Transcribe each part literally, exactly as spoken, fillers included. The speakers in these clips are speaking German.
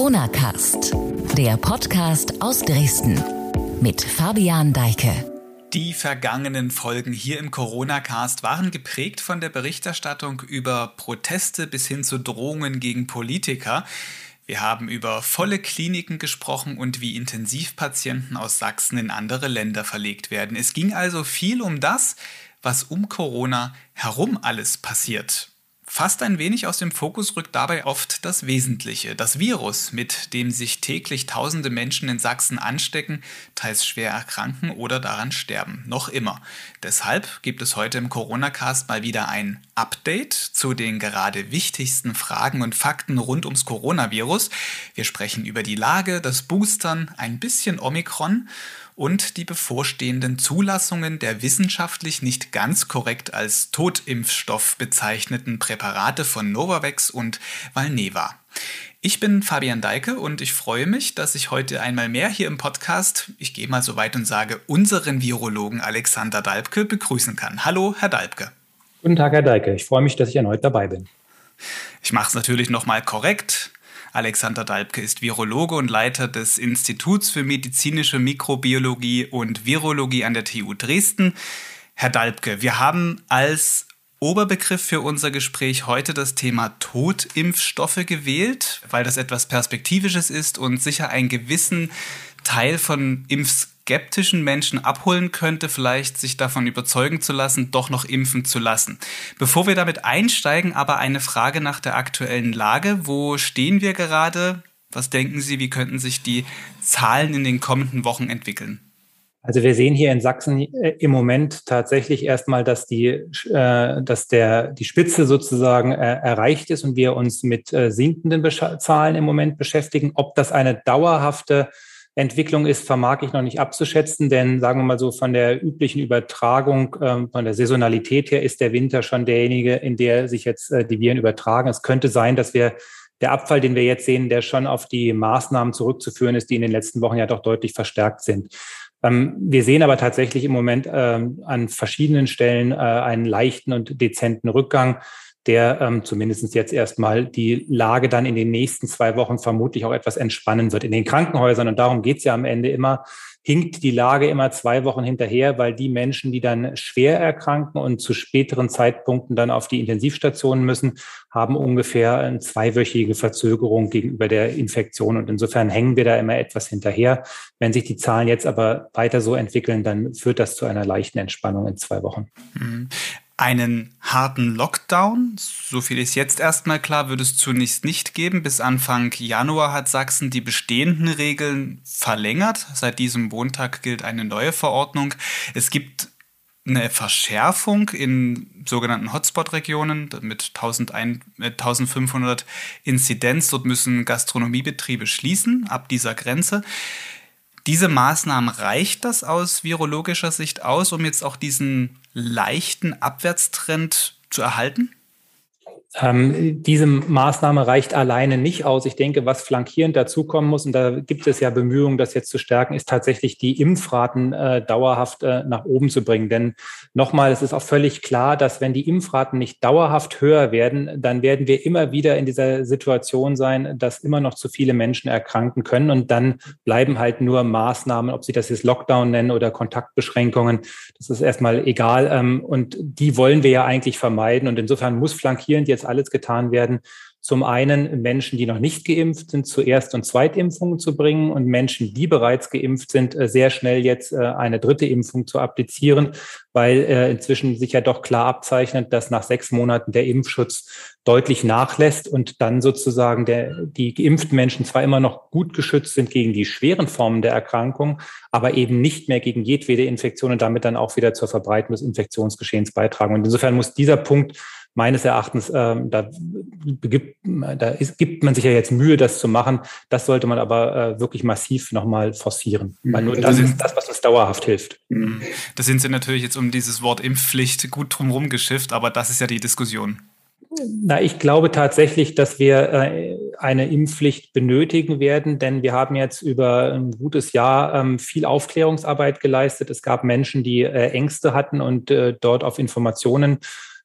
Corona-Cast, der Podcast aus Dresden mit Fabian Deike. Die vergangenen Folgen hier im Corona-Cast waren geprägt von der Berichterstattung über Proteste bis hin zu Drohungen gegen Politiker. Wir haben über volle Kliniken gesprochen und wie Intensivpatienten aus Sachsen in andere Länder verlegt werden. Es ging also viel um das, was um Corona herum alles passiert. Fast ein wenig aus dem Fokus rückt dabei oft das Wesentliche, das Virus, mit dem sich täglich tausende Menschen in Sachsen anstecken, teils schwer erkranken oder daran sterben. Noch immer. Deshalb gibt es heute im Corona-Cast mal wieder ein Update zu den gerade wichtigsten Fragen und Fakten rund ums Coronavirus. Wir sprechen über die Lage, das Boostern, ein bisschen Omikron und die bevorstehenden Zulassungen der wissenschaftlich nicht ganz korrekt als Totimpfstoff bezeichneten Präparate von Novavax und Valneva. Ich bin Fabian Deike und ich freue mich, dass ich heute einmal mehr hier im Podcast, ich gehe mal so weit und sage, unseren Virologen Alexander Dalbke begrüßen kann. Hallo, Herr Dalbke. Guten Tag, Herr Deike. Ich freue mich, dass ich erneut dabei bin. Ich mache es natürlich nochmal korrekt. Alexander Dalbke ist Virologe und Leiter des Instituts für medizinische Mikrobiologie und Virologie an der T U Dresden. Herr Dalbke, wir haben als Oberbegriff für unser Gespräch heute das Thema Totimpfstoffe gewählt, weil das etwas Perspektivisches ist und sicher einen gewissen Teil von impfskeptischen Menschen abholen könnte, vielleicht sich davon überzeugen zu lassen, doch noch impfen zu lassen. Bevor wir damit einsteigen, aber eine Frage nach der aktuellen Lage. Wo stehen wir gerade? Was denken Sie, wie könnten sich die Zahlen in den kommenden Wochen entwickeln? Also wir sehen hier in Sachsen im Moment tatsächlich erstmal, dass die, äh, dass der, die Spitze sozusagen äh, erreicht ist und wir uns mit äh, sinkenden Besch- Zahlen im Moment beschäftigen. Ob das eine dauerhafte Entwicklung ist, vermag ich noch nicht abzuschätzen, denn sagen wir mal so von der üblichen Übertragung, ähm, von der Saisonalität her ist der Winter schon derjenige, in der sich jetzt äh, die Viren übertragen. Es könnte sein, dass wir der Abfall, den wir jetzt sehen, der schon auf die Maßnahmen zurückzuführen ist, die in den letzten Wochen ja doch deutlich verstärkt sind. Ähm, wir sehen aber tatsächlich im Moment ähm, an verschiedenen Stellen äh, einen leichten und dezenten Rückgang, der ähm, zumindest jetzt erstmal die Lage dann in den nächsten zwei Wochen vermutlich auch etwas entspannen wird. In den Krankenhäusern, und darum geht's ja am Ende immer, hinkt die Lage immer zwei Wochen hinterher, weil die Menschen, die dann schwer erkranken und zu späteren Zeitpunkten dann auf die Intensivstationen müssen, haben ungefähr eine zweiwöchige Verzögerung gegenüber der Infektion. Und insofern hängen wir da immer etwas hinterher. Wenn sich die Zahlen jetzt aber weiter so entwickeln, dann führt das zu einer leichten Entspannung in zwei Wochen. Mhm. Einen harten Lockdown, so viel ist jetzt erstmal klar, wird es zunächst nicht geben. Bis Anfang Januar hat Sachsen die bestehenden Regeln verlängert. Seit diesem Montag gilt eine neue Verordnung. Es gibt eine Verschärfung in sogenannten Hotspot-Regionen mit eintausendfünfhundert Inzidenz. Dort müssen Gastronomiebetriebe schließen ab dieser Grenze. Diese Maßnahmen, reicht das aus virologischer Sicht aus, um jetzt auch diesen leichten Abwärtstrend zu erhalten? Ähm, diese Maßnahme reicht alleine nicht aus. Ich denke, was flankierend dazukommen muss, und da gibt es ja Bemühungen, das jetzt zu stärken, ist tatsächlich die Impfraten äh, dauerhaft äh, nach oben zu bringen. Denn nochmal, es ist auch völlig klar, dass wenn die Impfraten nicht dauerhaft höher werden, dann werden wir immer wieder in dieser Situation sein, dass immer noch zu viele Menschen erkranken können. Und dann bleiben halt nur Maßnahmen, ob Sie das jetzt Lockdown nennen oder Kontaktbeschränkungen. Das ist erstmal egal. Ähm, und die wollen wir ja eigentlich vermeiden. Und insofern muss flankierend jetzt alles getan werden, zum einen Menschen, die noch nicht geimpft sind, zu Erst- und Zweitimpfungen zu bringen und Menschen, die bereits geimpft sind, sehr schnell jetzt eine dritte Impfung zu applizieren, weil inzwischen sich ja doch klar abzeichnet, dass nach sechs Monaten der Impfschutz deutlich nachlässt und dann sozusagen der, die geimpften Menschen zwar immer noch gut geschützt sind gegen die schweren Formen der Erkrankung, aber eben nicht mehr gegen jedwede Infektion und damit dann auch wieder zur Verbreitung des Infektionsgeschehens beitragen. Und insofern muss dieser Punkt meines Erachtens, ähm, da, begibt, da ist, gibt man sich ja jetzt Mühe, das zu machen. Das sollte man aber äh, wirklich massiv nochmal forcieren. Mhm. Weil nur das ist das, was uns dauerhaft hilft. Mhm. Da sind Sie natürlich jetzt um dieses Wort Impfpflicht gut drumherum geschifft, aber das ist ja die Diskussion. Na, ich glaube tatsächlich, dass wir äh, eine Impfpflicht benötigen werden, denn wir haben jetzt über ein gutes Jahr ähm, viel Aufklärungsarbeit geleistet. Es gab Menschen, die äh, Ängste hatten und äh, dort auf Informationen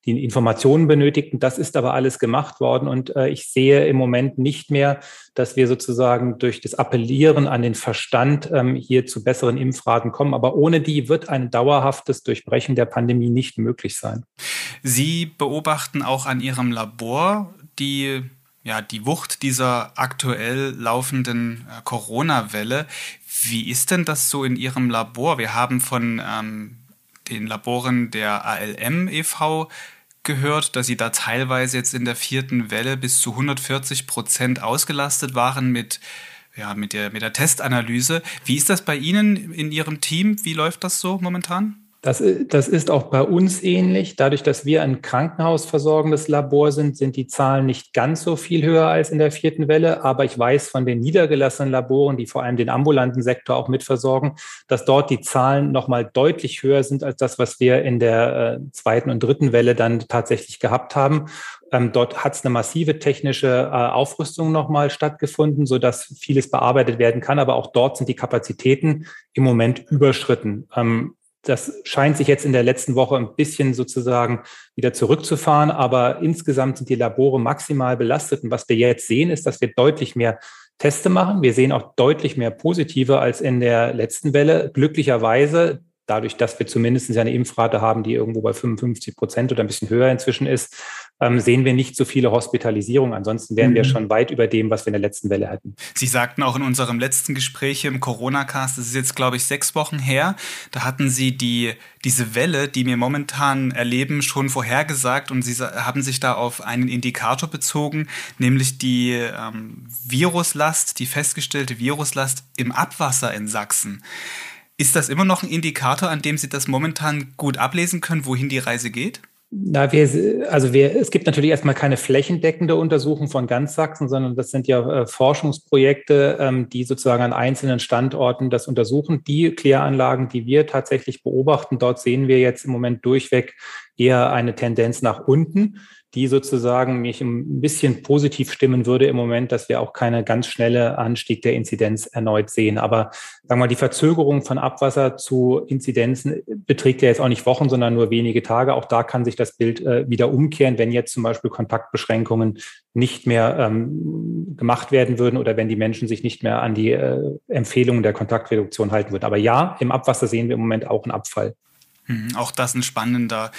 die Informationen benötigten. Das ist aber alles gemacht worden und äh, ich sehe im Moment nicht mehr, dass wir sozusagen durch das Appellieren an den Verstand ähm, hier zu besseren Impfraten kommen. Aber ohne die wird ein dauerhaftes Durchbrechen der Pandemie nicht möglich sein. Sie beobachten auch an Ihrem Labor die, ja, die Wucht dieser aktuell laufenden äh, Corona-Welle. Wie ist denn das so in Ihrem Labor? Wir haben von ähm, den Laboren der A L M e V gehört, dass sie da teilweise jetzt in der vierten Welle bis zu hundertvierzig Prozent ausgelastet waren mit, ja, mit der, mit der Testanalyse. Wie ist das bei Ihnen in Ihrem Team? Wie läuft das so momentan? Das, das ist auch bei uns ähnlich. Dadurch, dass wir ein krankenhausversorgendes Labor sind, sind die Zahlen nicht ganz so viel höher als in der vierten Welle. Aber ich weiß von den niedergelassenen Laboren, die vor allem den ambulanten Sektor auch mitversorgen, dass dort die Zahlen nochmal deutlich höher sind als das, was wir in der äh, zweiten und dritten Welle dann tatsächlich gehabt haben. Ähm, dort hat es eine massive technische äh, Aufrüstung nochmal stattgefunden, sodass vieles bearbeitet werden kann. Aber auch dort sind die Kapazitäten im Moment überschritten. Ähm, Das scheint sich jetzt in der letzten Woche ein bisschen sozusagen wieder zurückzufahren, aber insgesamt sind die Labore maximal belastet. Und was wir jetzt sehen, ist, dass wir deutlich mehr Teste machen. Wir sehen auch deutlich mehr positive als in der letzten Welle. Glücklicherweise, dadurch, dass wir zumindest eine Impfrate haben, die irgendwo bei fünfundfünfzig Prozent oder ein bisschen höher inzwischen ist, ähm, sehen wir nicht so viele Hospitalisierungen. Ansonsten wären mhm. wir schon weit über dem, was wir in der letzten Welle hatten. Sie sagten auch in unserem letzten Gespräch im Corona-Cast, das ist jetzt, glaube ich, sechs Wochen her, da hatten Sie die diese Welle, die wir momentan erleben, schon vorhergesagt und Sie haben sich da auf einen Indikator bezogen, nämlich die ähm, Viruslast, die festgestellte Viruslast im Abwasser in Sachsen. Ist das immer noch ein Indikator, an dem Sie das momentan gut ablesen können, wohin die Reise geht? Na, wir, also wir, es gibt natürlich erstmal keine flächendeckende Untersuchung von ganz Sachsen, sondern das sind ja äh, Forschungsprojekte, ähm, die sozusagen an einzelnen Standorten das untersuchen. Die Kläranlagen, die wir tatsächlich beobachten, dort sehen wir jetzt im Moment durchweg eher eine Tendenz nach unten, die sozusagen mich ein bisschen positiv stimmen würde im Moment, dass wir auch keine ganz schnelle Anstieg der Inzidenz erneut sehen. Aber sagen wir mal, die Verzögerung von Abwasser zu Inzidenzen beträgt ja jetzt auch nicht Wochen, sondern nur wenige Tage. Auch da kann sich das Bild äh, wieder umkehren, wenn jetzt zum Beispiel Kontaktbeschränkungen nicht mehr ähm, gemacht werden würden oder wenn die Menschen sich nicht mehr an die äh, Empfehlungen der Kontaktreduktion halten würden. Aber ja, im Abwasser sehen wir im Moment auch einen Abfall. Auch das ein spannender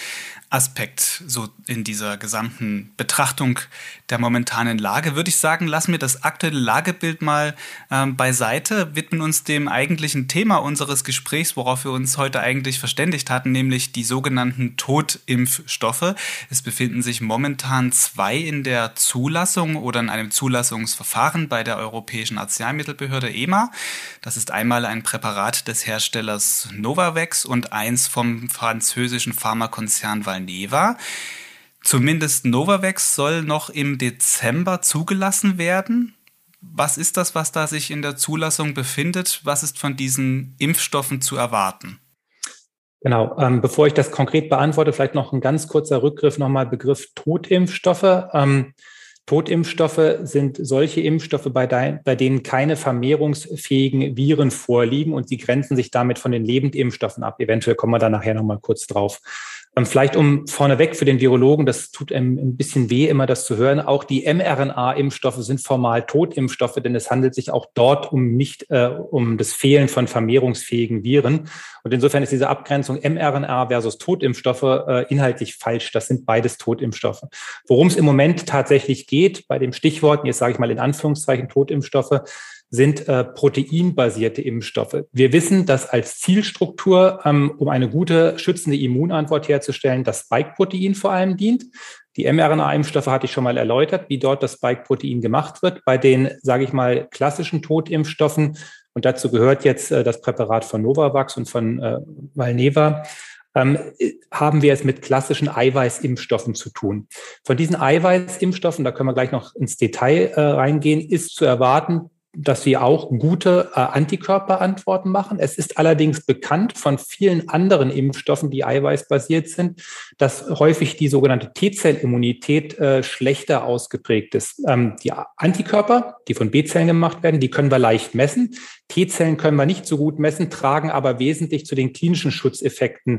Aspekt so in dieser gesamten Betrachtung der momentanen Lage. Würde ich sagen, lassen wir das aktuelle Lagebild mal ähm, beiseite, widmen uns dem eigentlichen Thema unseres Gesprächs, worauf wir uns heute eigentlich verständigt hatten, nämlich die sogenannten Totimpfstoffe. Es befinden sich momentan zwei in der Zulassung oder in einem Zulassungsverfahren bei der Europäischen Arzneimittelbehörde E M A. Das ist einmal ein Präparat des Herstellers Novavax und eins vom französischen Pharmakonzern Valneva. Zumindest Novavax soll noch im Dezember zugelassen werden. Was ist das, was da sich in der Zulassung befindet? Was ist von diesen Impfstoffen zu erwarten? Genau, ähm, bevor ich das konkret beantworte, vielleicht noch ein ganz kurzer Rückgriff nochmal Begriff Totimpfstoffe. Ähm, Totimpfstoffe sind solche Impfstoffe, bei, de- bei denen keine vermehrungsfähigen Viren vorliegen und sie grenzen sich damit von den Lebendimpfstoffen ab. Eventuell kommen wir da nachher nochmal kurz drauf. Ähm, vielleicht um vorneweg für den Virologen, das tut einem ein bisschen weh, immer das zu hören, auch die mRNA-Impfstoffe sind formal Totimpfstoffe, denn es handelt sich auch dort um nicht äh, um das Fehlen von vermehrungsfähigen Viren. Und insofern ist diese Abgrenzung mRNA versus Totimpfstoffe äh, inhaltlich falsch. Das sind beides Totimpfstoffe. Worum es im Moment tatsächlich geht, bei dem Stichwort, jetzt sage ich mal in Anführungszeichen Totimpfstoffe, sind äh, proteinbasierte Impfstoffe. Wir wissen, dass als Zielstruktur, ähm, um eine gute schützende Immunantwort herzustellen, das Spike-Protein vor allem dient. Die mRNA-Impfstoffe hatte ich schon mal erläutert, wie dort das Spike-Protein gemacht wird. Bei den, sage ich mal, klassischen Totimpfstoffen, und dazu gehört jetzt äh, das Präparat von Novavax und von äh, Valneva, ähm, haben wir es mit klassischen Eiweißimpfstoffen zu tun. Von diesen Eiweißimpfstoffen, da können wir gleich noch ins Detail äh, reingehen, ist zu erwarten, dass sie auch gute äh, Antikörperantworten machen. Es ist allerdings bekannt von vielen anderen Impfstoffen, die eiweißbasiert sind, dass häufig die sogenannte T-Zellimmunität äh, schlechter ausgeprägt ist. Ähm, die Antikörper, die von B-Zellen gemacht werden, die können wir leicht messen. T-Zellen können wir nicht so gut messen, tragen aber wesentlich zu den klinischen Schutzeffekten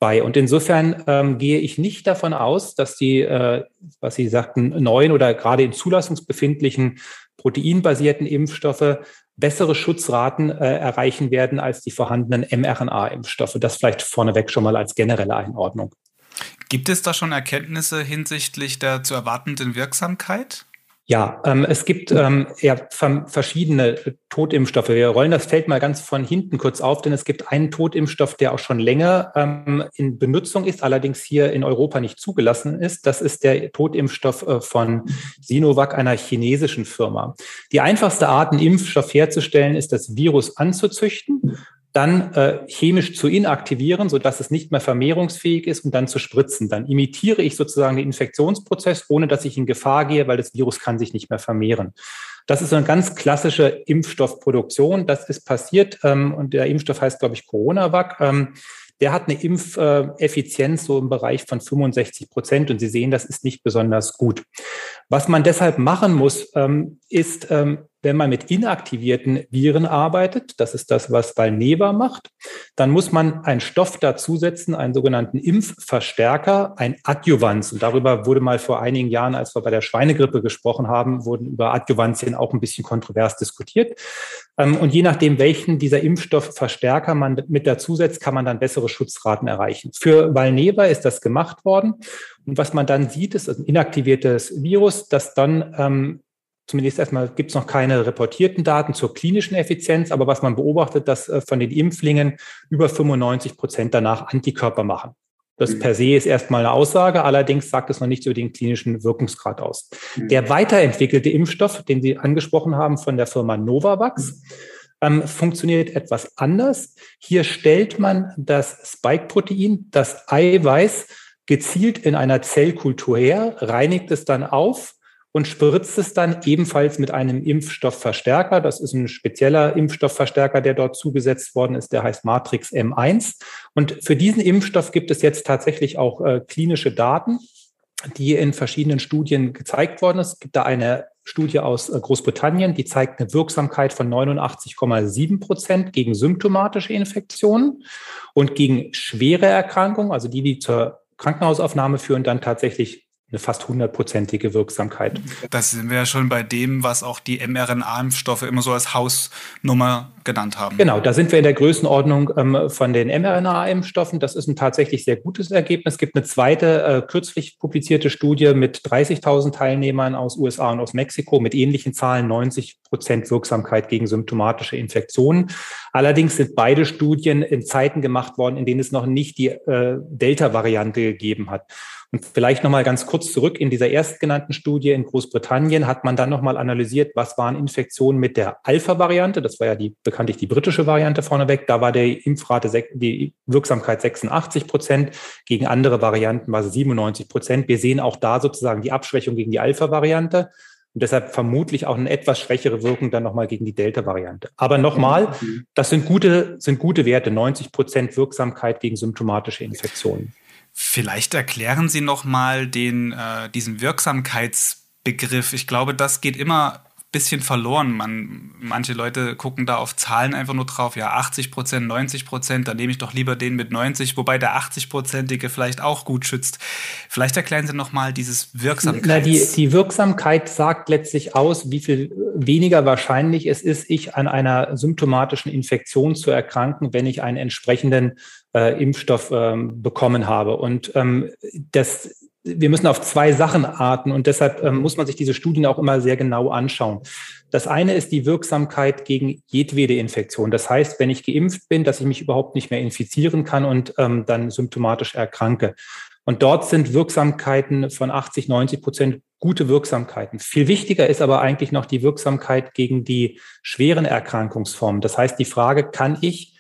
bei. Und insofern ähm, gehe ich nicht davon aus, dass die, äh, was Sie sagten, neuen oder gerade in zulassungsbefindlichen proteinbasierten Impfstoffe bessere Schutzraten äh, erreichen werden als die vorhandenen mRNA-Impfstoffe. Das vielleicht vorneweg schon mal als generelle Einordnung. Gibt es da schon Erkenntnisse hinsichtlich der zu erwartenden Wirksamkeit? Ja, ähm, es gibt ähm, ja, verschiedene Totimpfstoffe. Wir rollen das Feld mal ganz von hinten kurz auf, denn es gibt einen Totimpfstoff, der auch schon länger ähm, in Benutzung ist, allerdings hier in Europa nicht zugelassen ist. Das ist der Totimpfstoff äh, von Sinovac, einer chinesischen Firma. Die einfachste Art, einen Impfstoff herzustellen, ist, das Virus anzuzüchten, dann äh, chemisch zu inaktivieren, sodass es nicht mehr vermehrungsfähig ist und dann zu spritzen. Dann imitiere ich sozusagen den Infektionsprozess, ohne dass ich in Gefahr gehe, weil das Virus kann sich nicht mehr vermehren. Das ist so eine ganz klassische Impfstoffproduktion. Das ist passiert ähm, und der Impfstoff heißt, glaube ich, Coronavac. Ähm, der hat eine Impfeffizienz so im Bereich von fünfundsechzig Prozent und Sie sehen, das ist nicht besonders gut. Was man deshalb machen muss, ähm, ist, ähm, wenn man mit inaktivierten Viren arbeitet, das ist das, was Valneva macht, dann muss man einen Stoff dazusetzen, einen sogenannten Impfverstärker, ein Adjuvans. Und darüber wurde mal vor einigen Jahren, als wir bei der Schweinegrippe gesprochen haben, wurden über Adjuvantien auch ein bisschen kontrovers diskutiert. Und je nachdem, welchen dieser Impfstoffverstärker man mit dazusetzt, kann man dann bessere Schutzraten erreichen. Für Valneva ist das gemacht worden. Und was man dann sieht, ist ein inaktiviertes Virus, das dann ähm, Zumindest erstmal gibt es noch keine reportierten Daten zur klinischen Effizienz, aber was man beobachtet, dass von den Impflingen über fünfundneunzig Prozent danach Antikörper machen. Das per se ist erstmal eine Aussage, allerdings sagt es noch nichts über den klinischen Wirkungsgrad aus. Der weiterentwickelte Impfstoff, den Sie angesprochen haben von der Firma Novavax, ähm, funktioniert etwas anders. Hier stellt man das Spike-Protein, das Eiweiß, gezielt in einer Zellkultur her, reinigt es dann auf und spritzt es dann ebenfalls mit einem Impfstoffverstärker. Das ist ein spezieller Impfstoffverstärker, der dort zugesetzt worden ist. Der heißt Matrix M eins. Und für diesen Impfstoff gibt es jetzt tatsächlich auch äh, klinische Daten, die in verschiedenen Studien gezeigt worden ist. Es gibt da eine Studie aus äh, Großbritannien, die zeigt eine Wirksamkeit von neunundachtzig Komma sieben Prozent gegen symptomatische Infektionen und gegen schwere Erkrankungen, also die, die zur Krankenhausaufnahme führen, dann tatsächlich eine fast hundertprozentige Wirksamkeit. Da sind wir ja schon bei dem, was auch die mRNA-Impfstoffe immer so als Hausnummer genannt haben. Genau, da sind wir in der Größenordnung ähm, von den mRNA-Impfstoffen. Das ist ein tatsächlich sehr gutes Ergebnis. Es gibt eine zweite, äh, kürzlich publizierte Studie mit dreißigtausend Teilnehmern aus U S A und aus Mexiko mit ähnlichen Zahlen, neunzig Prozent Wirksamkeit gegen symptomatische Infektionen. Allerdings sind beide Studien in Zeiten gemacht worden, in denen es noch nicht die äh, Delta-Variante gegeben hat. Und vielleicht nochmal ganz kurz zurück. In dieser erstgenannten Studie in Großbritannien hat man dann nochmal analysiert, was waren Infektionen mit der Alpha-Variante. Das war ja die bekanntlich die britische Variante vorneweg. Da war die Impfrate, die Wirksamkeit sechsundachtzig Prozent. Gegen andere Varianten war sie siebenundneunzig Prozent. Wir sehen auch da sozusagen die Abschwächung gegen die Alpha-Variante. Und deshalb vermutlich auch eine etwas schwächere Wirkung dann nochmal gegen die Delta-Variante. Aber nochmal, das sind gute, sind gute Werte, neunzig Prozent Wirksamkeit gegen symptomatische Infektionen. Vielleicht erklären Sie noch mal den, äh, diesen Wirksamkeitsbegriff. Ich glaube, das geht immer ein bisschen verloren. Man, manche Leute gucken da auf Zahlen einfach nur drauf. Ja, achtzig Prozent, neunzig Prozent, dann nehme ich doch lieber den mit neunzig, wobei der achtzig-prozentige vielleicht auch gut schützt. Vielleicht erklären Sie noch mal dieses Wirksamkeits... Na, die, die Wirksamkeit sagt letztlich aus, wie viel weniger wahrscheinlich es ist, ich an einer symptomatischen Infektion zu erkranken, wenn ich einen entsprechenden äh, Impfstoff ähm, bekommen habe. Und ähm, das, wir müssen auf zwei Sachen achten und deshalb ähm, muss man sich diese Studien auch immer sehr genau anschauen. Das eine ist die Wirksamkeit gegen jedwede Infektion. Das heißt, wenn ich geimpft bin, dass ich mich überhaupt nicht mehr infizieren kann und ähm, dann symptomatisch erkranke. Und dort sind Wirksamkeiten von achtzig, neunzig Prozent gute Wirksamkeiten. Viel wichtiger ist aber eigentlich noch die Wirksamkeit gegen die schweren Erkrankungsformen. Das heißt, die Frage, kann ich,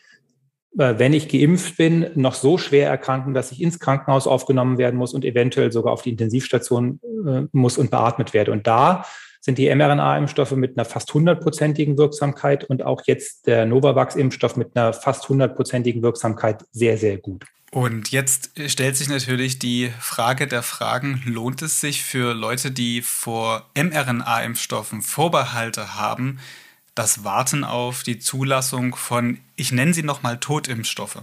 wenn ich geimpft bin, noch so schwer erkranken, dass ich ins Krankenhaus aufgenommen werden muss und eventuell sogar auf die Intensivstation äh, muss und beatmet werde. Und da sind die mRNA-Impfstoffe mit einer fast hundertprozentigen Wirksamkeit und auch jetzt der Novavax-Impfstoff mit einer fast hundertprozentigen Wirksamkeit sehr, sehr gut. Und jetzt stellt sich natürlich die Frage der Fragen, lohnt es sich für Leute, die vor mRNA-Impfstoffen Vorbehalte haben, das Warten auf die Zulassung von, ich nenne sie nochmal Totimpfstoffe?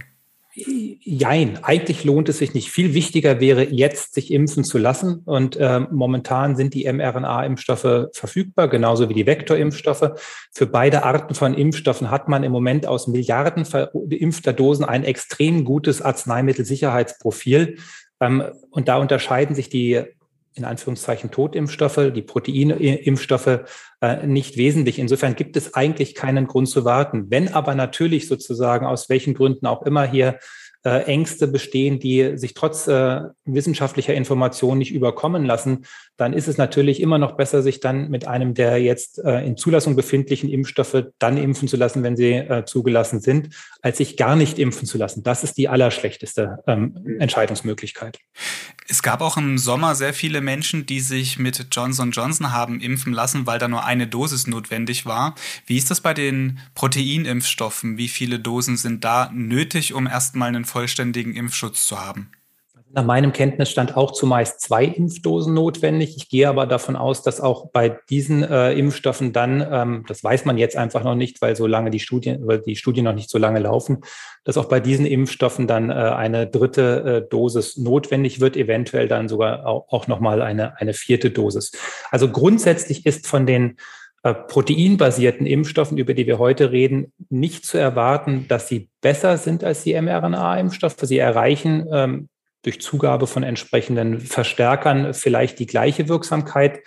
Jein, eigentlich lohnt es sich nicht. Viel wichtiger wäre jetzt, sich impfen zu lassen. Und äh, momentan sind die mRNA-Impfstoffe verfügbar, genauso wie die Vektorimpfstoffe. Für beide Arten von Impfstoffen hat man im Moment aus Milliarden verimpfter Dosen ein extrem gutes Arzneimittelsicherheitsprofil. Ähm, und da unterscheiden sich die in Anführungszeichen Totimpfstoffe, die Proteinimpfstoffe äh, nicht wesentlich. Insofern gibt es eigentlich keinen Grund zu warten. Wenn aber natürlich sozusagen aus welchen Gründen auch immer hier äh, Ängste bestehen, die sich trotz äh, wissenschaftlicher Informationen nicht überkommen lassen, dann ist es natürlich immer noch besser, sich dann mit einem der jetzt äh, in Zulassung befindlichen Impfstoffe dann impfen zu lassen, wenn sie äh, zugelassen sind, als sich gar nicht impfen zu lassen. Das ist die allerschlechteste ähm, Entscheidungsmöglichkeit. Es gab auch im Sommer sehr viele Menschen, die sich mit Johnson und Johnson haben impfen lassen, weil da nur eine Dosis notwendig war. Wie ist das bei den Proteinimpfstoffen? Wie viele Dosen sind da nötig, um erstmal einen vollständigen Impfschutz zu haben? Nach meinem Kenntnisstand auch zumeist zwei Impfdosen notwendig. Ich gehe aber davon aus, dass auch bei diesen äh, Impfstoffen dann, ähm, das weiß man jetzt einfach noch nicht, weil so lange die Studien, weil die Studien noch nicht so lange laufen, dass auch bei diesen Impfstoffen dann äh, eine dritte äh, Dosis notwendig wird, eventuell dann sogar auch, auch nochmal eine, eine vierte Dosis. Also grundsätzlich ist von den äh, proteinbasierten Impfstoffen, über die wir heute reden, nicht zu erwarten, dass sie besser sind als die mRNA-Impfstoffe. Sie erreichen ähm, durch Zugabe von entsprechenden Verstärkern vielleicht die gleiche Wirksamkeit,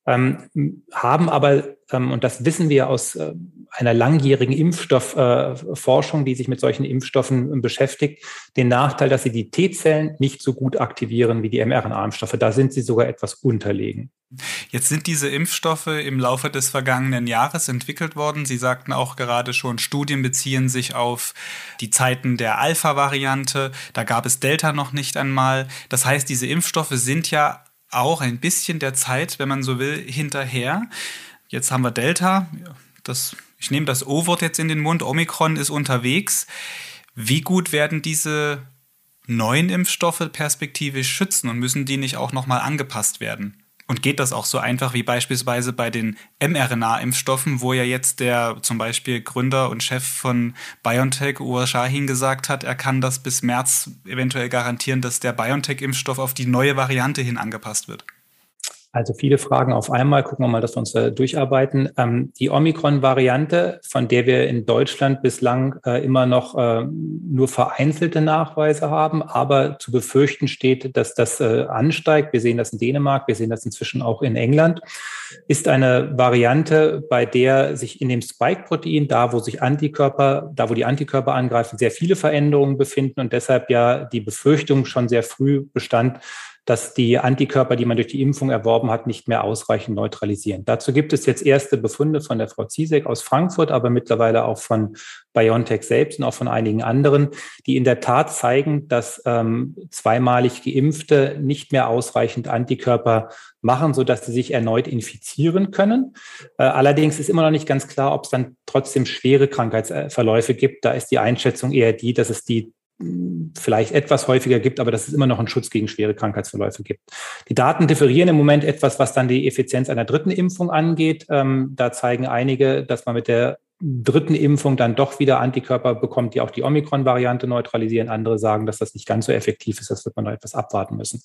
ähm, haben aber, ähm, und das wissen wir aus äh, einer langjährigen Impfstoffforschung, äh, die sich mit solchen Impfstoffen äh, beschäftigt, den Nachteil, dass sie die T-Zellen nicht so gut aktivieren wie die mRNA-Impfstoffe. Da sind sie sogar etwas unterlegen. Jetzt sind diese Impfstoffe im Laufe des vergangenen Jahres entwickelt worden. Sie sagten auch gerade schon, Studien beziehen sich auf die Zeiten der Alpha-Variante. Da gab es Delta noch nicht einmal. Das heißt, diese Impfstoffe sind ja auch ein bisschen der Zeit, wenn man so will, hinterher. Jetzt haben wir Delta. Das, ich nehme das O-Wort jetzt in den Mund. Omikron ist unterwegs. Wie gut werden diese neuen Impfstoffe perspektivisch schützen und müssen die nicht auch nochmal angepasst werden? Und geht das auch so einfach wie beispielsweise bei den mRNA-Impfstoffen, wo ja jetzt der zum Beispiel Gründer und Chef von BioNTech, Uğur Şahin, gesagt hat, er kann das bis März eventuell garantieren, dass der BioNTech-Impfstoff auf die neue Variante hin angepasst wird? Also viele Fragen auf einmal. Gucken wir mal, dass wir uns äh, durcharbeiten. Ähm, die Omikron-Variante, von der wir in Deutschland bislang äh, immer noch äh, nur vereinzelte Nachweise haben, aber zu befürchten steht, dass das äh, ansteigt. Wir sehen das in Dänemark, wir sehen das inzwischen auch in England, ist eine Variante, bei der sich in dem Spike-Protein, da wo sich Antikörper, da wo die Antikörper angreifen, sehr viele Veränderungen befinden und deshalb ja die Befürchtung schon sehr früh bestand, dass die Antikörper, die man durch die Impfung erworben hat, nicht mehr ausreichend neutralisieren. Dazu gibt es jetzt erste Befunde von der Frau Ziesek aus Frankfurt, aber mittlerweile auch von BioNTech selbst und auch von einigen anderen, die in der Tat zeigen, dass ähm, zweimalig Geimpfte nicht mehr ausreichend Antikörper machen, sodass sie sich erneut infizieren können. Äh, allerdings ist immer noch nicht ganz klar, ob es dann trotzdem schwere Krankheitsverläufe gibt. Da ist die Einschätzung eher die, dass es die vielleicht etwas häufiger gibt, aber dass es immer noch einen Schutz gegen schwere Krankheitsverläufe gibt. Die Daten differieren im Moment etwas, was dann die Effizienz einer dritten Impfung angeht. Ähm, da zeigen einige, dass man mit der dritten Impfung dann doch wieder Antikörper bekommt, die auch die Omikron-Variante neutralisieren. Andere sagen, dass das nicht ganz so effektiv ist. Das wird man noch etwas abwarten müssen.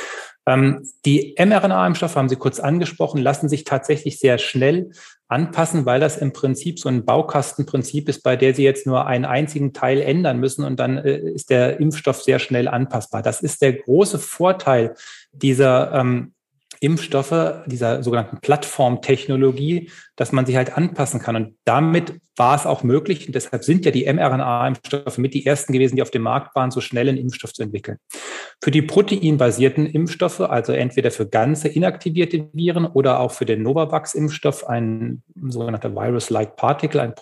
Ähm, die mRNA-Impfstoffe, haben Sie kurz angesprochen, lassen sich tatsächlich sehr schnell anpassen, weil das im Prinzip so ein Baukastenprinzip ist, bei der Sie jetzt nur einen einzigen Teil ändern müssen und dann äh, ist der Impfstoff sehr schnell anpassbar. Das ist der große Vorteil dieser ähm, Impfstoffe, dieser sogenannten Plattformtechnologie, dass man sie halt anpassen kann. Und damit war es auch möglich, und deshalb sind ja die mRNA-Impfstoffe mit die ersten gewesen, die auf dem Markt waren, so schnell einen Impfstoff zu entwickeln. Für die proteinbasierten Impfstoffe, also entweder für ganze inaktivierte Viren oder auch für den Novavax-Impfstoff, ein sogenannter Virus-like Particle, ein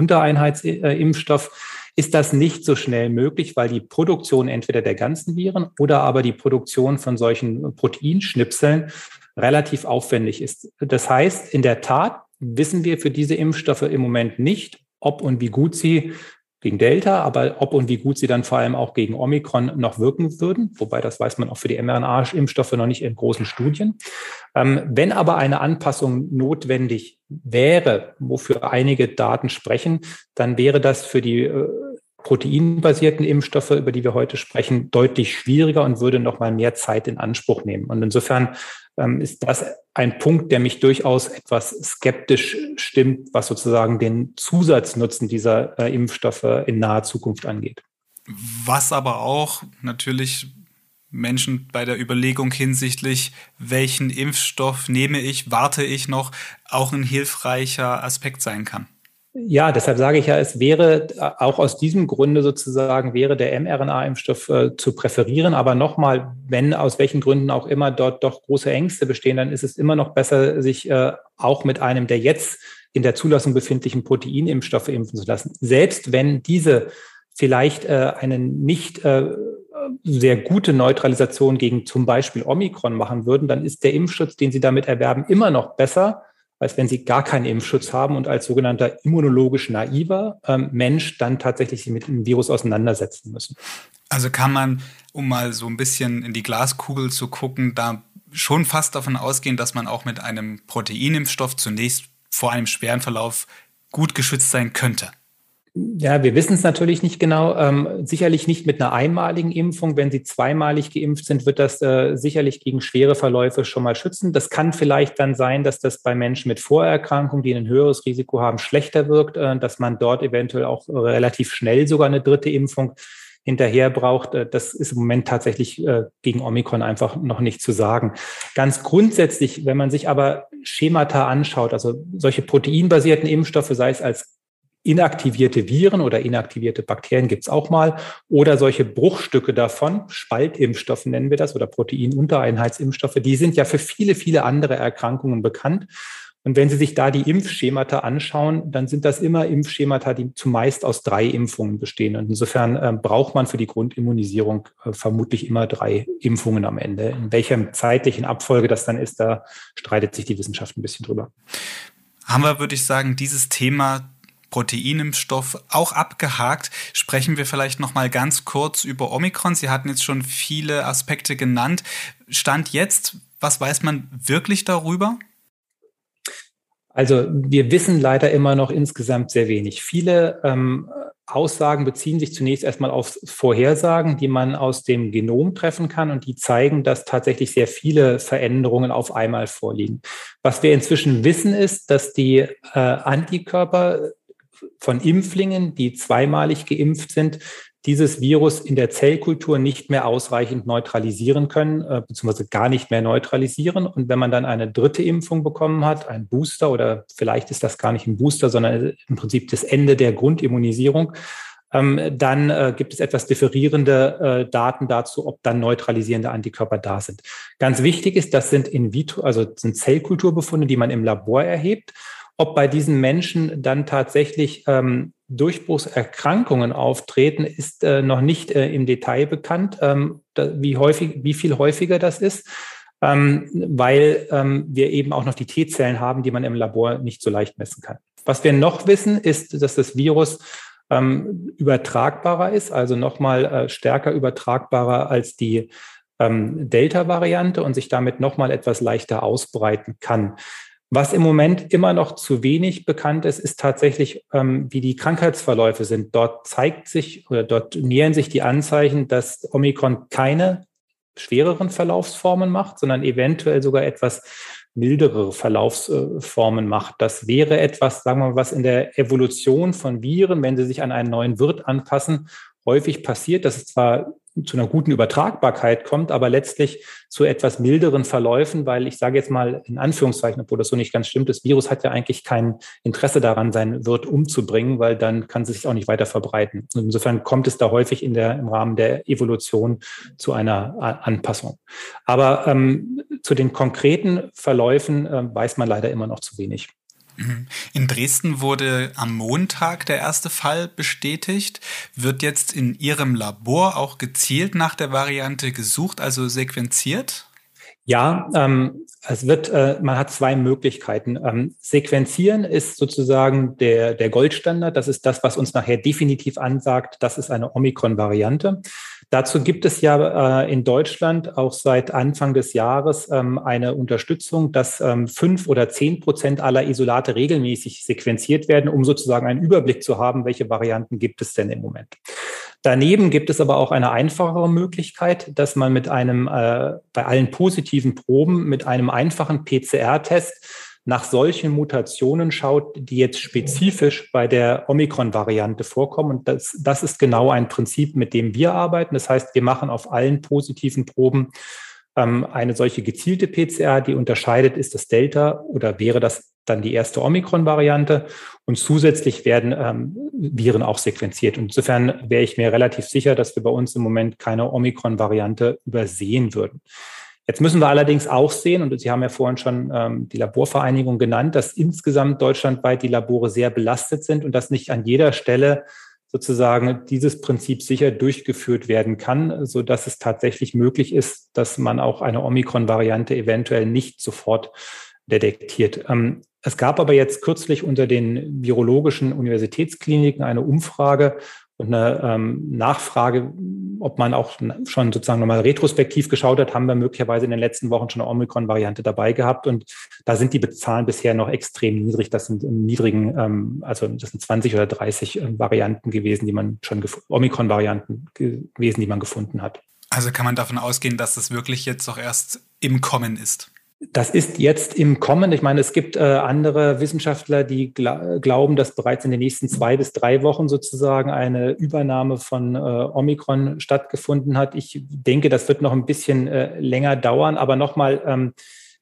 Proteinuntereinheitsimpfstoff, ist das nicht so schnell möglich, weil die Produktion entweder der ganzen Viren oder aber die Produktion von solchen Proteinschnipseln relativ aufwendig ist. Das heißt, in der Tat wissen wir für diese Impfstoffe im Moment nicht, ob und wie gut sie gegen Delta, aber ob und wie gut sie dann vor allem auch gegen Omikron noch wirken würden. Wobei, das weiß man auch für die mRNA-Impfstoffe noch nicht in großen Studien. Ähm, wenn aber eine Anpassung notwendig wäre, wofür einige Daten sprechen, dann wäre das für die äh, proteinbasierten Impfstoffe, über die wir heute sprechen, deutlich schwieriger und würde noch mal mehr Zeit in Anspruch nehmen. Und insofern ähm, ist das ein Punkt, der mich durchaus etwas skeptisch stimmt, was sozusagen den Zusatznutzen dieser äh, Impfstoffe in naher Zukunft angeht. Was aber auch natürlich Menschen bei der Überlegung hinsichtlich, welchen Impfstoff nehme ich, warte ich noch, auch ein hilfreicher Aspekt sein kann. Ja, deshalb sage ich ja, es wäre auch aus diesem Grunde sozusagen, wäre der mRNA-Impfstoff äh, zu präferieren. Aber nochmal, wenn aus welchen Gründen auch immer dort doch große Ängste bestehen, dann ist es immer noch besser, sich äh, auch mit einem der jetzt in der Zulassung befindlichen Proteinimpfstoffe impfen zu lassen. Selbst wenn diese vielleicht äh, eine nicht äh, sehr gute Neutralisation gegen zum Beispiel Omikron machen würden, dann ist der Impfschutz, den Sie damit erwerben, immer noch besser, als wenn Sie gar keinen Impfschutz haben und als sogenannter immunologisch naiver ähm, Mensch dann tatsächlich sich mit dem Virus auseinandersetzen müssen. Also kann man, um mal so ein bisschen in die Glaskugel zu gucken, da schon fast davon ausgehen, dass man auch mit einem Proteinimpfstoff zunächst vor einem schweren Verlauf gut geschützt sein könnte. Ja, wir wissen es natürlich nicht genau. Ähm, sicherlich nicht mit einer einmaligen Impfung. Wenn Sie zweimalig geimpft sind, wird das äh, sicherlich gegen schwere Verläufe schon mal schützen. Das kann vielleicht dann sein, dass das bei Menschen mit Vorerkrankungen, die ein höheres Risiko haben, schlechter wirkt, äh, dass man dort eventuell auch relativ schnell sogar eine dritte Impfung hinterher braucht. Äh, das ist im Moment tatsächlich äh, gegen Omikron einfach noch nicht zu sagen. Ganz grundsätzlich, wenn man sich aber Schemata anschaut, also solche proteinbasierten Impfstoffe, sei es als inaktivierte Viren oder inaktivierte Bakterien gibt es auch mal oder solche Bruchstücke davon, Spaltimpfstoffe nennen wir das oder Proteinuntereinheitsimpfstoffe, die sind ja für viele, viele andere Erkrankungen bekannt. Und wenn Sie sich da die Impfschemata anschauen, dann sind das immer Impfschemata, die zumeist aus drei Impfungen bestehen. Und insofern äh, braucht man für die Grundimmunisierung äh, vermutlich immer drei Impfungen am Ende. In welcher zeitlichen Abfolge das dann ist, da streitet sich die Wissenschaft ein bisschen drüber. Haben wir, würde ich sagen, dieses Thema Proteinimpfstoff auch abgehakt. Sprechen wir vielleicht noch mal ganz kurz über Omikron. Sie hatten jetzt schon viele Aspekte genannt. Stand jetzt, was weiß man wirklich darüber? Also wir wissen leider immer noch insgesamt sehr wenig. Viele ähm, Aussagen beziehen sich zunächst erstmal auf Vorhersagen, die man aus dem Genom treffen kann und die zeigen, dass tatsächlich sehr viele Veränderungen auf einmal vorliegen. Was wir inzwischen wissen ist, dass die äh, Antikörper von Impflingen, die zweimalig geimpft sind, dieses Virus in der Zellkultur nicht mehr ausreichend neutralisieren können, äh, beziehungsweise gar nicht mehr neutralisieren. Und wenn man dann eine dritte Impfung bekommen hat, ein Booster oder vielleicht ist das gar nicht ein Booster, sondern im Prinzip das Ende der Grundimmunisierung, ähm, dann äh, gibt es etwas differierende äh, Daten dazu, ob dann neutralisierende Antikörper da sind. Ganz wichtig ist, das sind in vitro, also sind Zellkulturbefunde, die man im Labor erhebt. Ob bei diesen Menschen dann tatsächlich ähm, Durchbruchserkrankungen auftreten, ist äh, noch nicht äh, im Detail bekannt, ähm, da, wie häufig, wie viel häufiger das ist, ähm, weil ähm, wir eben auch noch die T-Zellen haben, die man im Labor nicht so leicht messen kann. Was wir noch wissen, ist, dass das Virus ähm, übertragbarer ist, also nochmal äh, stärker übertragbarer als die ähm, Delta-Variante und sich damit nochmal etwas leichter ausbreiten kann. Was im Moment immer noch zu wenig bekannt ist, ist tatsächlich, ähm, wie die Krankheitsverläufe sind. Dort zeigt sich oder dort nähern sich die Anzeichen, dass Omikron keine schwereren Verlaufsformen macht, sondern eventuell sogar etwas mildere Verlaufsformen macht. Das wäre etwas, sagen wir mal, was in der Evolution von Viren, wenn sie sich an einen neuen Wirt anpassen, häufig passiert. Das ist zwar zu einer guten Übertragbarkeit kommt, aber letztlich zu etwas milderen Verläufen, weil ich sage jetzt mal in Anführungszeichen, obwohl das so nicht ganz stimmt, das Virus hat ja eigentlich kein Interesse daran, seinen Wirt umzubringen, weil dann kann es sich auch nicht weiter verbreiten. Und insofern kommt es da häufig in der, im Rahmen der Evolution zu einer Anpassung. Aber ähm, zu den konkreten Verläufen äh, weiß man leider immer noch zu wenig. In Dresden wurde am Montag der erste Fall bestätigt. Wird jetzt in Ihrem Labor auch gezielt nach der Variante gesucht, also sequenziert? Ja, ähm, es wird, äh, man hat zwei Möglichkeiten. Ähm, sequenzieren ist sozusagen der, der Goldstandard. Das ist das, was uns nachher definitiv ansagt, das ist eine Omikron-Variante. Dazu gibt es ja äh, in Deutschland auch seit Anfang des Jahres ähm, eine Unterstützung, dass ähm, fünf oder zehn Prozent aller Isolate regelmäßig sequenziert werden, um sozusagen einen Überblick zu haben, welche Varianten gibt es denn im Moment. Daneben gibt es aber auch eine einfachere Möglichkeit, dass man mit einem, äh, bei allen positiven Proben mit einem einfachen P C R-Test nach solchen Mutationen schaut, die jetzt spezifisch bei der Omikron-Variante vorkommen. Und das, das ist genau ein Prinzip, mit dem wir arbeiten. Das heißt, wir machen auf allen positiven Proben ähm, eine solche gezielte P C R, die unterscheidet, ist das Delta oder wäre das dann die erste Omikron-Variante. Und zusätzlich werden ähm, Viren auch sequenziert. Und insofern wäre ich mir relativ sicher, dass wir bei uns im Moment keine Omikron-Variante übersehen würden. Jetzt müssen wir allerdings auch sehen, und Sie haben ja vorhin schon ähm, die Laborvereinigung genannt, dass insgesamt deutschlandweit die Labore sehr belastet sind und dass nicht an jeder Stelle sozusagen dieses Prinzip sicher durchgeführt werden kann, sodass es tatsächlich möglich ist, dass man auch eine Omikron-Variante eventuell nicht sofort detektiert. Ähm, es gab aber jetzt kürzlich unter den virologischen Universitätskliniken eine Umfrage und eine ähm, Nachfrage, ob man auch schon sozusagen nochmal retrospektiv geschaut hat, haben wir möglicherweise in den letzten Wochen schon eine Omikron-Variante dabei gehabt. Und da sind die Zahlen bisher noch extrem niedrig. Das sind im niedrigen, ähm, also das sind zwanzig oder dreißig äh, Varianten gewesen, die man schon, gef- Omikron-Varianten gewesen, die man gefunden hat. Also kann man davon ausgehen, dass das wirklich jetzt auch erst im Kommen ist? Das ist jetzt im Kommen. Ich meine, es gibt äh, andere Wissenschaftler, die gla- glauben, dass bereits in den nächsten zwei bis drei Wochen sozusagen eine Übernahme von äh, Omikron stattgefunden hat. Ich denke, das wird noch ein bisschen äh, länger dauern. Aber nochmal, ähm,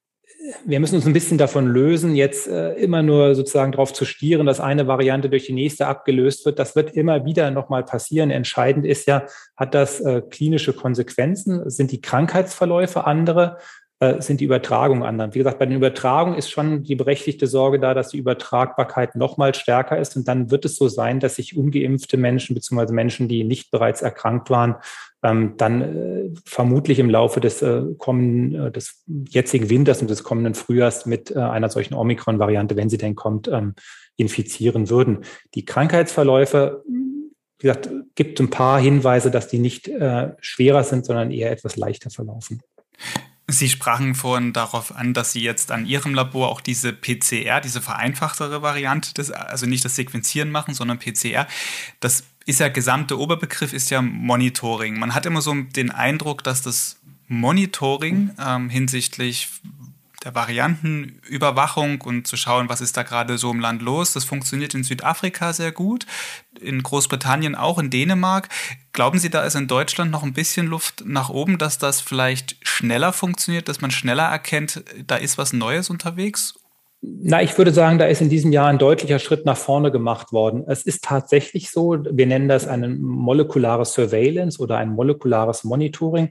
wir müssen uns ein bisschen davon lösen, jetzt äh, immer nur sozusagen darauf zu stieren, dass eine Variante durch die nächste abgelöst wird. Das wird immer wieder nochmal passieren. Entscheidend ist ja, hat das äh, klinische Konsequenzen? Sind die Krankheitsverläufe andere? Sind die Übertragungen anderen. Wie gesagt, bei den Übertragungen ist schon die berechtigte Sorge da, dass die Übertragbarkeit noch mal stärker ist. Und dann wird es so sein, dass sich ungeimpfte Menschen beziehungsweise Menschen, die nicht bereits erkrankt waren, ähm, dann äh, vermutlich im Laufe des äh, kommenden, äh, des jetzigen Winters und des kommenden Frühjahrs mit äh, einer solchen Omikron-Variante, wenn sie denn kommt, ähm, infizieren würden. Die Krankheitsverläufe, wie gesagt, gibt ein paar Hinweise, dass die nicht äh, schwerer sind, sondern eher etwas leichter verlaufen. Sie sprachen vorhin darauf an, dass Sie jetzt an Ihrem Labor auch diese P C R, diese vereinfachtere Variante, des, also nicht das Sequenzieren machen, sondern P C R. Das ist ja, gesamte Oberbegriff ist ja Monitoring. Man hat immer so den Eindruck, dass das Monitoring ähm, hinsichtlich der Variantenüberwachung und zu schauen, was ist da gerade so im Land los. Das funktioniert in Südafrika sehr gut, in Großbritannien auch, in Dänemark. Glauben Sie, da ist in Deutschland noch ein bisschen Luft nach oben, dass das vielleicht schneller funktioniert, dass man schneller erkennt, da ist was Neues unterwegs? Na, ich würde sagen, da ist in diesem Jahr ein deutlicher Schritt nach vorne gemacht worden. Es ist tatsächlich so, wir nennen das eine molekulare Surveillance oder ein molekulares Monitoring,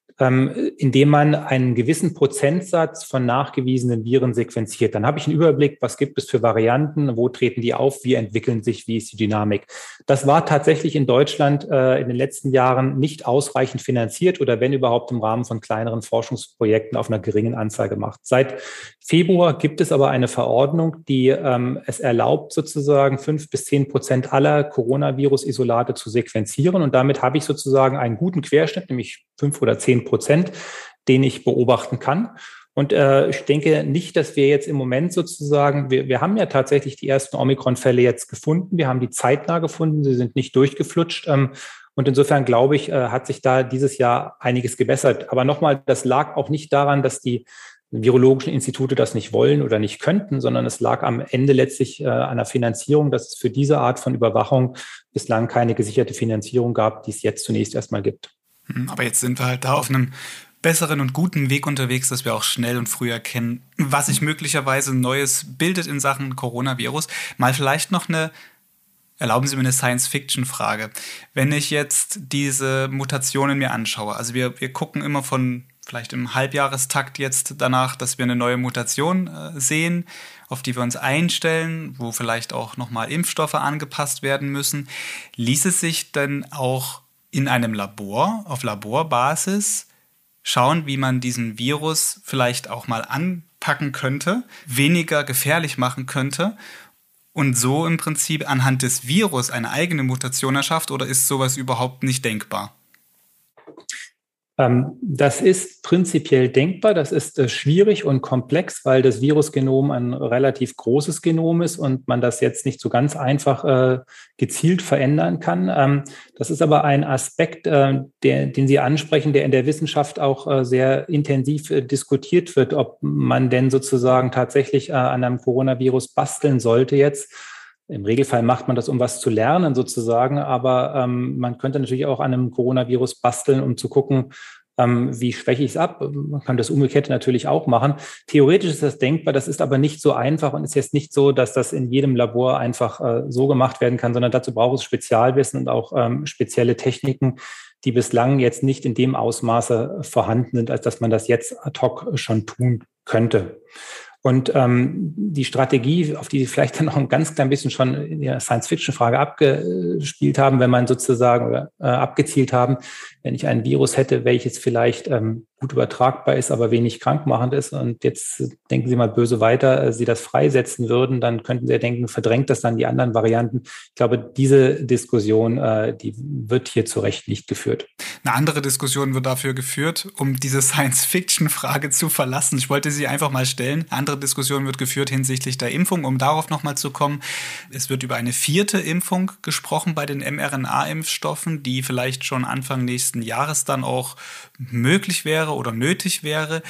indem man einen gewissen Prozentsatz von nachgewiesenen Viren sequenziert. Dann habe ich einen Überblick, was gibt es für Varianten, wo treten die auf, wie entwickeln sich, wie ist die Dynamik. Das war tatsächlich in Deutschland äh, in den letzten Jahren nicht ausreichend finanziert oder wenn überhaupt im Rahmen von kleineren Forschungsprojekten auf einer geringen Anzahl gemacht. Seit Februar gibt es aber eine Verordnung, die ähm, es erlaubt, sozusagen fünf bis zehn Prozent aller Coronavirus-Isolate zu sequenzieren. Und damit habe ich sozusagen einen guten Querschnitt, nämlich fünf oder zehn Prozent, den ich beobachten kann. Und äh, ich denke nicht, dass wir jetzt im Moment sozusagen, wir, wir haben ja tatsächlich die ersten Omikron-Fälle jetzt gefunden. Wir haben die zeitnah gefunden, sie sind nicht durchgeflutscht. Ähm, und insofern glaube ich, äh, hat sich da dieses Jahr einiges gebessert. Aber nochmal, das lag auch nicht daran, dass die virologischen Institute das nicht wollen oder nicht könnten, sondern es lag am Ende letztlich äh, an der Finanzierung, dass es für diese Art von Überwachung bislang keine gesicherte Finanzierung gab, die es jetzt zunächst erstmal gibt. Aber jetzt sind wir halt da auf einem besseren und guten Weg unterwegs, dass wir auch schnell und früh erkennen, was sich möglicherweise Neues bildet in Sachen Coronavirus. Mal vielleicht noch eine, erlauben Sie mir eine Science-Fiction-Frage. Wenn ich jetzt diese Mutationen mir anschaue, also wir, wir gucken immer von vielleicht im Halbjahrestakt jetzt danach, dass wir eine neue Mutation äh, sehen, auf die wir uns einstellen, wo vielleicht auch nochmal Impfstoffe angepasst werden müssen. Ließ es sich denn auch in einem Labor, auf Laborbasis, schauen, wie man diesen Virus vielleicht auch mal anpacken könnte, weniger gefährlich machen könnte und so im Prinzip anhand des Virus eine eigene Mutation erschafft, oder ist sowas überhaupt nicht denkbar? Das ist prinzipiell denkbar. Das ist äh, schwierig und komplex, weil das Virusgenom ein relativ großes Genom ist und man das jetzt nicht so ganz einfach äh, gezielt verändern kann. Ähm, das ist aber ein Aspekt, äh, der, den Sie ansprechen, der in der Wissenschaft auch äh, sehr intensiv äh, diskutiert wird, ob man denn sozusagen tatsächlich äh, an einem Coronavirus basteln sollte jetzt. Im Regelfall macht man das, um was zu lernen sozusagen, aber ähm, man könnte natürlich auch an einem Coronavirus basteln, um zu gucken, ähm, wie schwäche ich es ab. Man kann das Umgekehrte natürlich auch machen. Theoretisch ist das denkbar, das ist aber nicht so einfach und ist jetzt nicht so, dass das in jedem Labor einfach äh, so gemacht werden kann, sondern dazu braucht es Spezialwissen und auch ähm, spezielle Techniken, die bislang jetzt nicht in dem Ausmaße vorhanden sind, als dass man das jetzt ad hoc schon tun könnte. Und ähm, die Strategie, auf die Sie vielleicht dann noch ein ganz klein bisschen schon in der Science-Fiction-Frage abgespielt haben, wenn man sozusagen oder äh, abgezielt haben, wenn ich ein Virus hätte, welches vielleicht ähm, gut übertragbar ist, aber wenig krankmachend ist. Und jetzt denken Sie mal böse weiter, äh, Sie das freisetzen würden, dann könnten Sie ja denken, verdrängt das dann die anderen Varianten. Ich glaube, diese Diskussion, äh, die wird hier zu Recht nicht geführt. Eine andere Diskussion wird dafür geführt, um diese Science-Fiction-Frage zu verlassen. Ich wollte sie einfach mal stellen. Eine andere Diskussion wird geführt hinsichtlich der Impfung, um darauf nochmal zu kommen. Es wird über eine vierte Impfung gesprochen bei den mRNA-Impfstoffen, die vielleicht schon Anfang nächsten Jahres dann auch möglich wäre oder nötig wäre.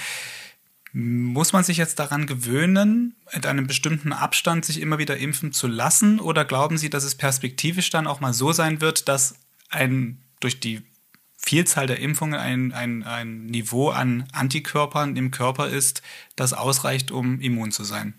Muss man sich jetzt daran gewöhnen, mit einem bestimmten Abstand sich immer wieder impfen zu lassen? Oder glauben Sie, dass es perspektivisch dann auch mal so sein wird, dass ein durch die Vielzahl der Impfungen ein, ein, ein Niveau an Antikörpern im Körper ist, das ausreicht, um immun zu sein?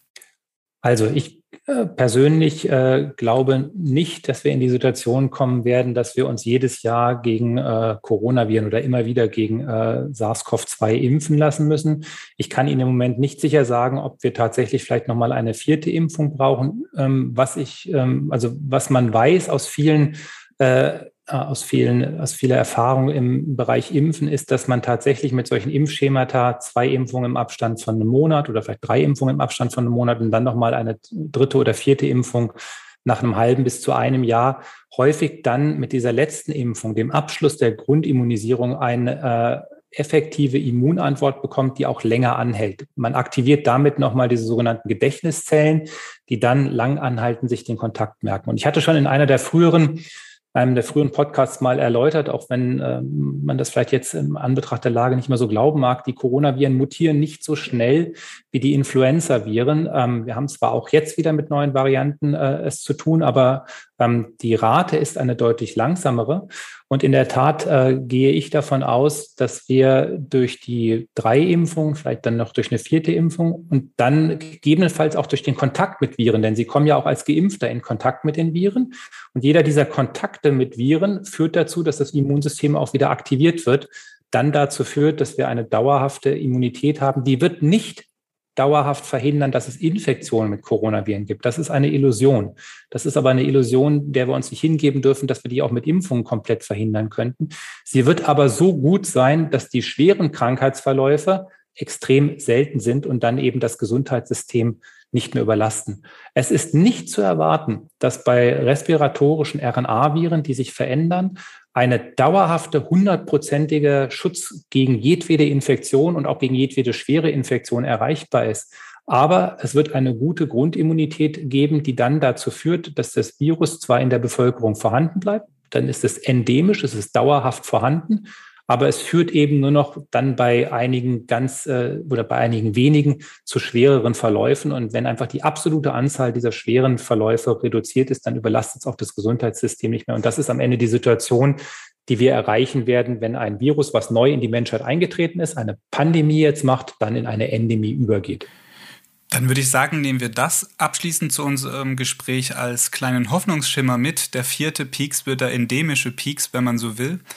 Also ich äh, persönlich äh, glaube nicht, dass wir in die Situation kommen werden, dass wir uns jedes Jahr gegen äh, Coronaviren oder immer wieder gegen äh, SARS-C o V zwei impfen lassen müssen. Ich kann Ihnen im Moment nicht sicher sagen, ob wir tatsächlich vielleicht nochmal eine vierte Impfung brauchen. Ähm, was ich, ähm, also was man weiß aus vielen äh, aus vielen, aus vieler Erfahrung im Bereich Impfen ist, dass man tatsächlich mit solchen Impfschemata zwei Impfungen im Abstand von einem Monat oder vielleicht drei Impfungen im Abstand von einem Monat und dann nochmal eine dritte oder vierte Impfung nach einem halben bis zu einem Jahr häufig dann mit dieser letzten Impfung, dem Abschluss der Grundimmunisierung, eine äh, effektive Immunantwort bekommt, die auch länger anhält. Man aktiviert damit nochmal diese sogenannten Gedächtniszellen, die dann lang anhalten, sich den Kontakt merken. Und ich hatte schon in einer der früheren einem der frühen Podcasts mal erläutert, auch wenn ähm, man das vielleicht jetzt im Anbetracht der Lage nicht mehr so glauben mag, die Coronaviren mutieren nicht so schnell wie die Influenza-Viren. Ähm, wir haben zwar auch jetzt wieder mit neuen Varianten äh, es zu tun, aber ähm, die Rate ist eine deutlich langsamere. Und in der Tat äh, gehe ich davon aus, dass wir durch die drei Impfungen, vielleicht dann noch durch eine vierte Impfung und dann gegebenenfalls auch durch den Kontakt mit Viren, denn sie kommen ja auch als Geimpfter in Kontakt mit den Viren. Und jeder dieser Kontakte mit Viren führt dazu, dass das Immunsystem auch wieder aktiviert wird, dann dazu führt, dass wir eine dauerhafte Immunität haben. Die wird nicht dauerhaft verhindern, dass es Infektionen mit Coronaviren gibt. Das ist eine Illusion. Das ist aber eine Illusion, der wir uns nicht hingeben dürfen, dass wir die auch mit Impfungen komplett verhindern könnten. Sie wird aber so gut sein, dass die schweren Krankheitsverläufe extrem selten sind und dann eben das Gesundheitssystem nicht mehr überlasten. Es ist nicht zu erwarten, dass bei respiratorischen R N A-Viren, die sich verändern, eine dauerhafte, hundertprozentige Schutz gegen jedwede Infektion und auch gegen jedwede schwere Infektion erreichbar ist. Aber es wird eine gute Grundimmunität geben, die dann dazu führt, dass das Virus zwar in der Bevölkerung vorhanden bleibt, dann ist es endemisch, es ist dauerhaft vorhanden, aber es führt eben nur noch dann bei einigen ganz äh, oder bei einigen wenigen zu schwereren Verläufen. Und wenn einfach die absolute Anzahl dieser schweren Verläufe reduziert ist, dann überlastet es auch das Gesundheitssystem nicht mehr. Und das ist am Ende die Situation, die wir erreichen werden, wenn ein Virus, was neu in die Menschheit eingetreten ist, eine Pandemie jetzt macht, dann in eine Endemie übergeht. Dann würde ich sagen, nehmen wir das abschließend zu unserem Gespräch als kleinen Hoffnungsschimmer mit. Der vierte Pieks wird der endemische Pieks, wenn man so will.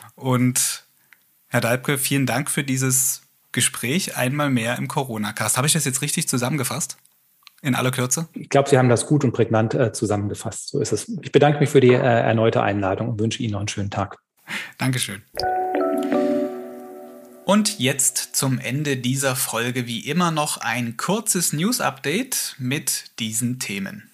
Und Herr Dalbke, vielen Dank für dieses Gespräch einmal mehr im Corona-Cast. Habe ich das jetzt richtig zusammengefasst? In aller Kürze? Ich glaube, Sie haben das gut und prägnant äh, zusammengefasst. So ist es. Ich bedanke mich für die äh, erneute Einladung und wünsche Ihnen noch einen schönen Tag. Dankeschön. Und jetzt zum Ende dieser Folge wie immer noch ein kurzes News-Update mit diesen Themen.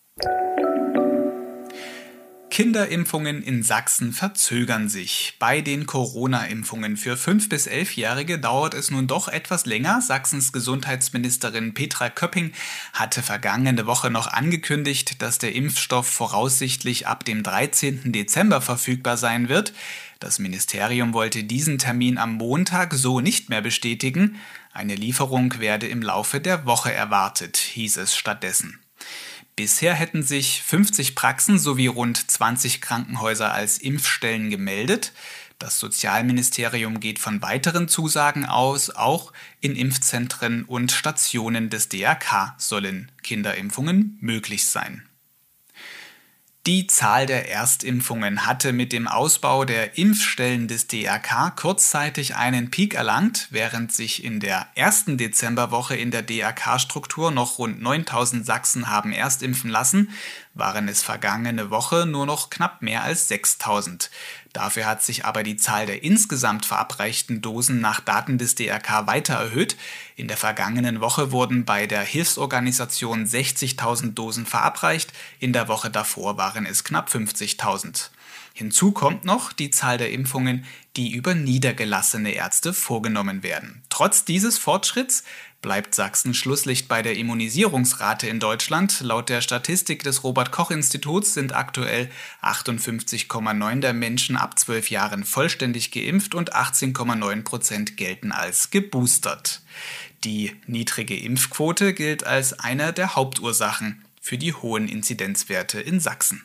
Kinderimpfungen in Sachsen verzögern sich. Bei den Corona-Impfungen für fünf- bis elfjährige dauert es nun doch etwas länger. Sachsens Gesundheitsministerin Petra Köpping hatte vergangene Woche noch angekündigt, dass der Impfstoff voraussichtlich ab dem dreizehnten Dezember verfügbar sein wird. Das Ministerium wollte diesen Termin am Montag so nicht mehr bestätigen. Eine Lieferung werde im Laufe der Woche erwartet, hieß es stattdessen. Bisher hätten sich fünfzig Praxen sowie rund zwanzig Krankenhäuser als Impfstellen gemeldet. Das Sozialministerium geht von weiteren Zusagen aus. Auch in Impfzentren und Stationen des D R K sollen Kinderimpfungen möglich sein. Die Zahl der Erstimpfungen hatte mit dem Ausbau der Impfstellen des D R K kurzzeitig einen Peak erlangt. Während sich in der ersten Dezemberwoche in der D R K-Struktur noch rund neuntausend Sachsen haben erstimpfen lassen, waren es vergangene Woche nur noch knapp mehr als sechstausend. Dafür hat sich aber die Zahl der insgesamt verabreichten Dosen nach Daten des D R K weiter erhöht. In der vergangenen Woche wurden bei der Hilfsorganisation sechzigtausend Dosen verabreicht, in der Woche davor waren es knapp fünfzigtausend. Hinzu kommt noch die Zahl der Impfungen, die über niedergelassene Ärzte vorgenommen werden. Trotz dieses Fortschritts bleibt Sachsen Schlusslicht bei der Immunisierungsrate in Deutschland. Laut der Statistik des Robert-Koch-Instituts sind aktuell achtundfünfzig Komma neun der Menschen ab zwölf Jahren vollständig geimpft und achtzehn Komma neun Prozent gelten als geboostert. Die niedrige Impfquote gilt als eine der Hauptursachen für die hohen Inzidenzwerte in Sachsen.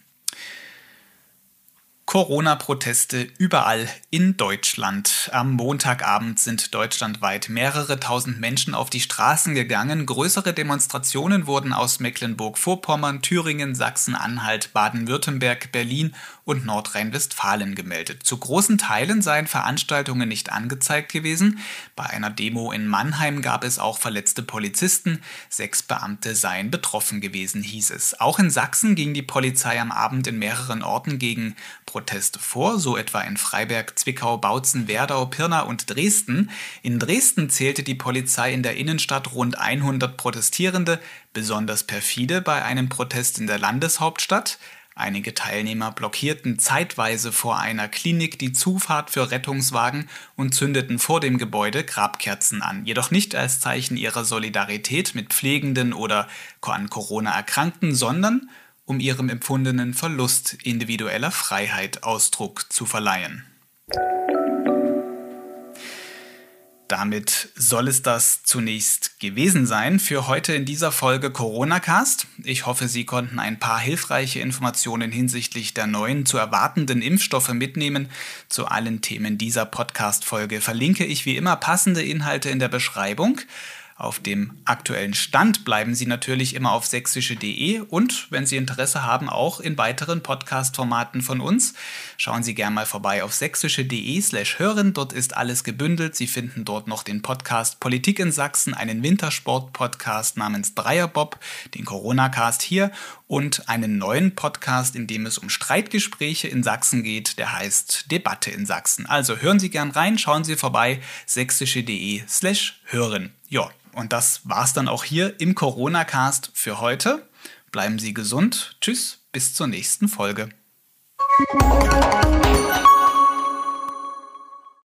Corona-Proteste überall in Deutschland. Am Montagabend sind deutschlandweit mehrere tausend Menschen auf die Straßen gegangen. Größere Demonstrationen wurden aus Mecklenburg-Vorpommern, Thüringen, Sachsen-Anhalt, Baden-Württemberg, Berlin und Nordrhein-Westfalen gemeldet. Zu großen Teilen seien Veranstaltungen nicht angezeigt gewesen. Bei einer Demo in Mannheim gab es auch verletzte Polizisten. Sechs Beamte seien betroffen gewesen, hieß es. Auch in Sachsen ging die Polizei am Abend in mehreren Orten gegen Proteste vor, so etwa in Freiberg, Zwickau, Bautzen, Werdau, Pirna und Dresden. In Dresden zählte die Polizei in der Innenstadt rund hundert Protestierende, besonders perfide bei einem Protest in der Landeshauptstadt. Einige Teilnehmer blockierten zeitweise vor einer Klinik die Zufahrt für Rettungswagen und zündeten vor dem Gebäude Grabkerzen an, jedoch nicht als Zeichen ihrer Solidarität mit Pflegenden oder an Corona Erkrankten, sondern um ihrem empfundenen Verlust individueller Freiheit Ausdruck zu verleihen. Damit soll es das zunächst gewesen sein für heute in dieser Folge Corona-Cast. Ich hoffe, Sie konnten ein paar hilfreiche Informationen hinsichtlich der neuen zu erwartenden Impfstoffe mitnehmen. Zu allen Themen dieser Podcast-Folge verlinke ich wie immer passende Inhalte in der Beschreibung. Auf dem aktuellen Stand bleiben Sie natürlich immer auf sächsische punkt de und wenn Sie Interesse haben, auch in weiteren Podcast-Formaten von uns. Schauen Sie gerne mal vorbei auf sächsische punkt de slash hören, dort ist alles gebündelt. Sie finden dort noch den Podcast Politik in Sachsen, einen Wintersport-Podcast namens Dreierbob, den Corona-Cast hier und einen neuen Podcast, in dem es um Streitgespräche in Sachsen geht, der heißt Debatte in Sachsen. Also hören Sie gern rein, schauen Sie vorbei, sächsische punkt de slash hören. Ja. Und das war's dann auch hier im Corona-Cast für heute. Bleiben Sie gesund. Tschüss, bis zur nächsten Folge.